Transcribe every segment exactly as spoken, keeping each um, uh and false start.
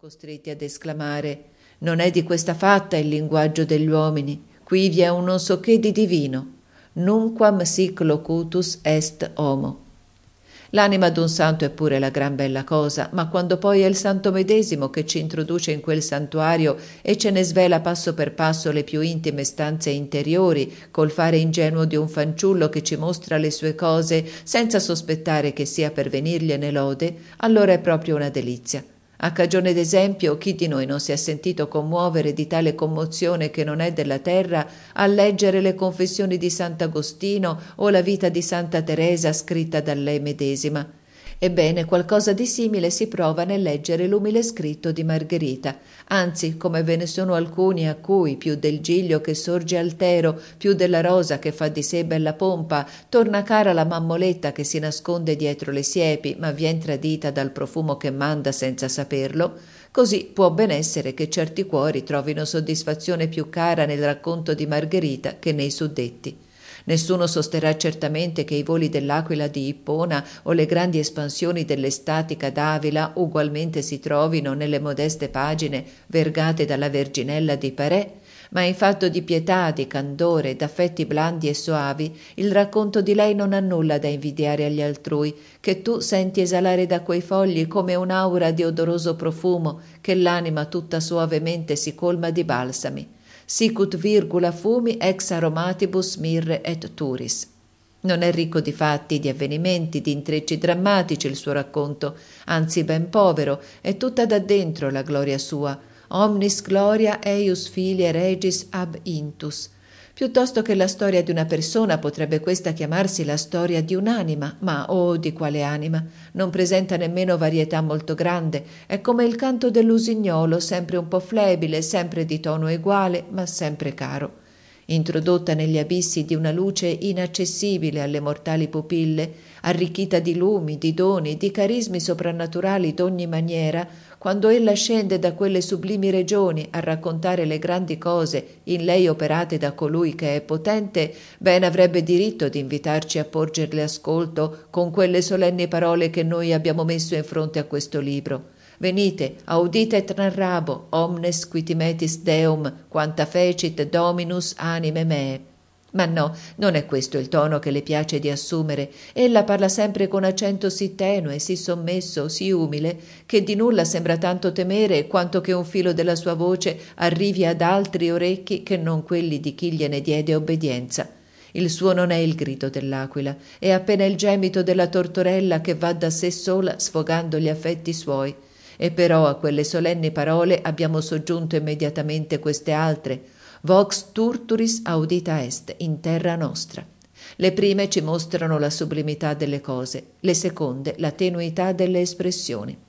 costretti ad esclamare: «Non è di questa fatta il linguaggio degli uomini, qui vi è un non so che di divino, nunquam sic locutus est homo». L'anima d'un santo è pure la gran bella cosa, ma quando poi è il santo medesimo che ci introduce in quel santuario e ce ne svela passo per passo le più intime stanze interiori, col fare ingenuo di un fanciullo che ci mostra le sue cose senza sospettare che sia per venirgliene lode, allora è proprio una delizia. A cagione d'esempio, chi di noi non si è sentito commuovere di tale commozione che non è della terra a leggere le confessioni di Sant'Agostino o la vita di Santa Teresa scritta da lei medesima? Ebbene, qualcosa di simile si prova nel leggere l'umile scritto di Margherita, anzi, come ve ne sono alcuni a cui, più del giglio che sorge altero, più della rosa che fa di sé bella pompa, torna cara la mammoletta che si nasconde dietro le siepi, ma vien tradita dal profumo che manda senza saperlo, così può ben essere che certi cuori trovino soddisfazione più cara nel racconto di Margherita che nei suddetti. Nessuno sosterrà certamente che i voli dell'aquila di Ippona o le grandi espansioni dell'estatica d'Avila ugualmente si trovino nelle modeste pagine vergate dalla Verginella di Parè, ma in fatto di pietà, di candore, d'affetti blandi e soavi, il racconto di lei non ha nulla da invidiare agli altrui, che tu senti esalare da quei fogli come un'aura di odoroso profumo, che l'anima tutta soavemente si colma di balsami. Sicut virgula fumi ex aromatibus mirre et turis. Non è ricco di fatti, di avvenimenti, di intrecci drammatici il suo racconto, anzi ben povero, è tutta da dentro la gloria sua. Omnis gloria eius filie regis ab intus. Piuttosto che la storia di una persona potrebbe questa chiamarsi la storia di un'anima, ma oh, di quale anima? Non presenta nemmeno varietà molto grande, è come il canto dell'usignolo, sempre un po' flebile, sempre di tono eguale, ma sempre caro. Introdotta negli abissi di una luce inaccessibile alle mortali pupille, arricchita di lumi, di doni, di carismi soprannaturali d'ogni maniera, quando ella scende da quelle sublimi regioni a raccontare le grandi cose in lei operate da colui che è potente, ben avrebbe diritto di invitarci a porgerle ascolto con quelle solenni parole che noi abbiamo messo in fronte a questo libro. Venite, audite et narrabo, omnes qui timetis Deum, quanta fecit Dominus anime mee. Ma no, non è questo il tono che le piace di assumere. Ella parla sempre con accento sì tenue, sì sommesso, sì umile, che di nulla sembra tanto temere quanto che un filo della sua voce arrivi ad altri orecchi che non quelli di chi gliene diede obbedienza. Il suo non è il grido dell'aquila, è appena il gemito della tortorella che va da sé sola sfogando gli affetti suoi. E però a quelle solenni parole abbiamo soggiunto immediatamente queste altre: vox turturis audita est in terra nostra. Le prime ci mostrano la sublimità delle cose, le seconde la tenuità delle espressioni.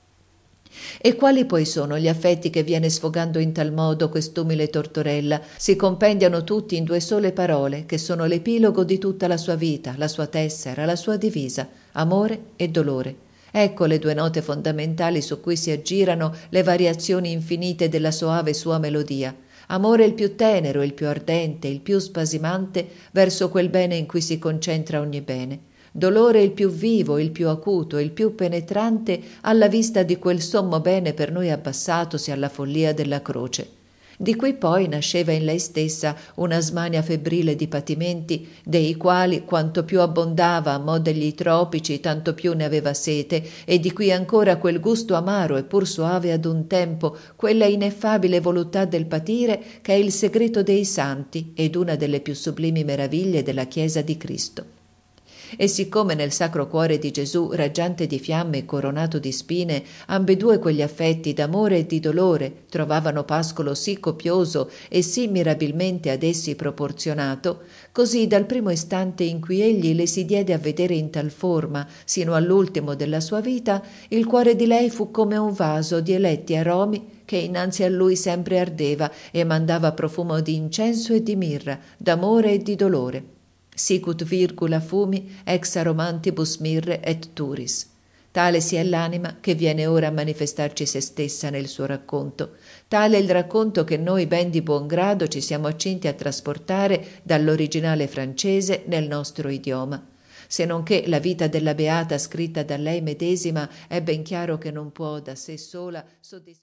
E quali poi sono gli affetti che viene sfogando in tal modo quest'umile tortorella? Si compendiano tutti in due sole parole, che sono l'epilogo di tutta la sua vita, la sua tessera, la sua divisa: amore e dolore. Ecco le due note fondamentali su cui si aggirano le variazioni infinite della soave sua melodia. Amore il più tenero, il più ardente, il più spasimante verso quel bene in cui si concentra ogni bene. Dolore il più vivo, il più acuto, il più penetrante alla vista di quel sommo bene per noi abbassatosi alla follia della croce. Di cui poi nasceva in lei stessa una smania febbrile di patimenti, dei quali quanto più abbondava a mo' degli tropici, tanto più ne aveva sete, e di cui ancora quel gusto amaro e pur soave ad un tempo, quella ineffabile voluttà del patire che è il segreto dei santi ed una delle più sublimi meraviglie della Chiesa di Cristo. E siccome nel Sacro Cuore di Gesù, raggiante di fiamme e coronato di spine, ambedue quegli affetti d'amore e di dolore trovavano pascolo sì copioso e sì mirabilmente ad essi proporzionato, così dal primo istante in cui egli le si diede a vedere in tal forma, sino all'ultimo della sua vita, il cuore di lei fu come un vaso di eletti aromi che innanzi a lui sempre ardeva e mandava profumo di incenso e di mirra, d'amore e di dolore. Sicut virgula fumi ex aromantibus mirre et turis. Tale si è l'anima che viene ora a manifestarci se stessa nel suo racconto. Tale il racconto che noi ben di buon grado ci siamo accinti a trasportare dall'originale francese nel nostro idioma. Se non che la vita della Beata scritta da lei medesima è ben chiaro che non può da sé sola soddisfare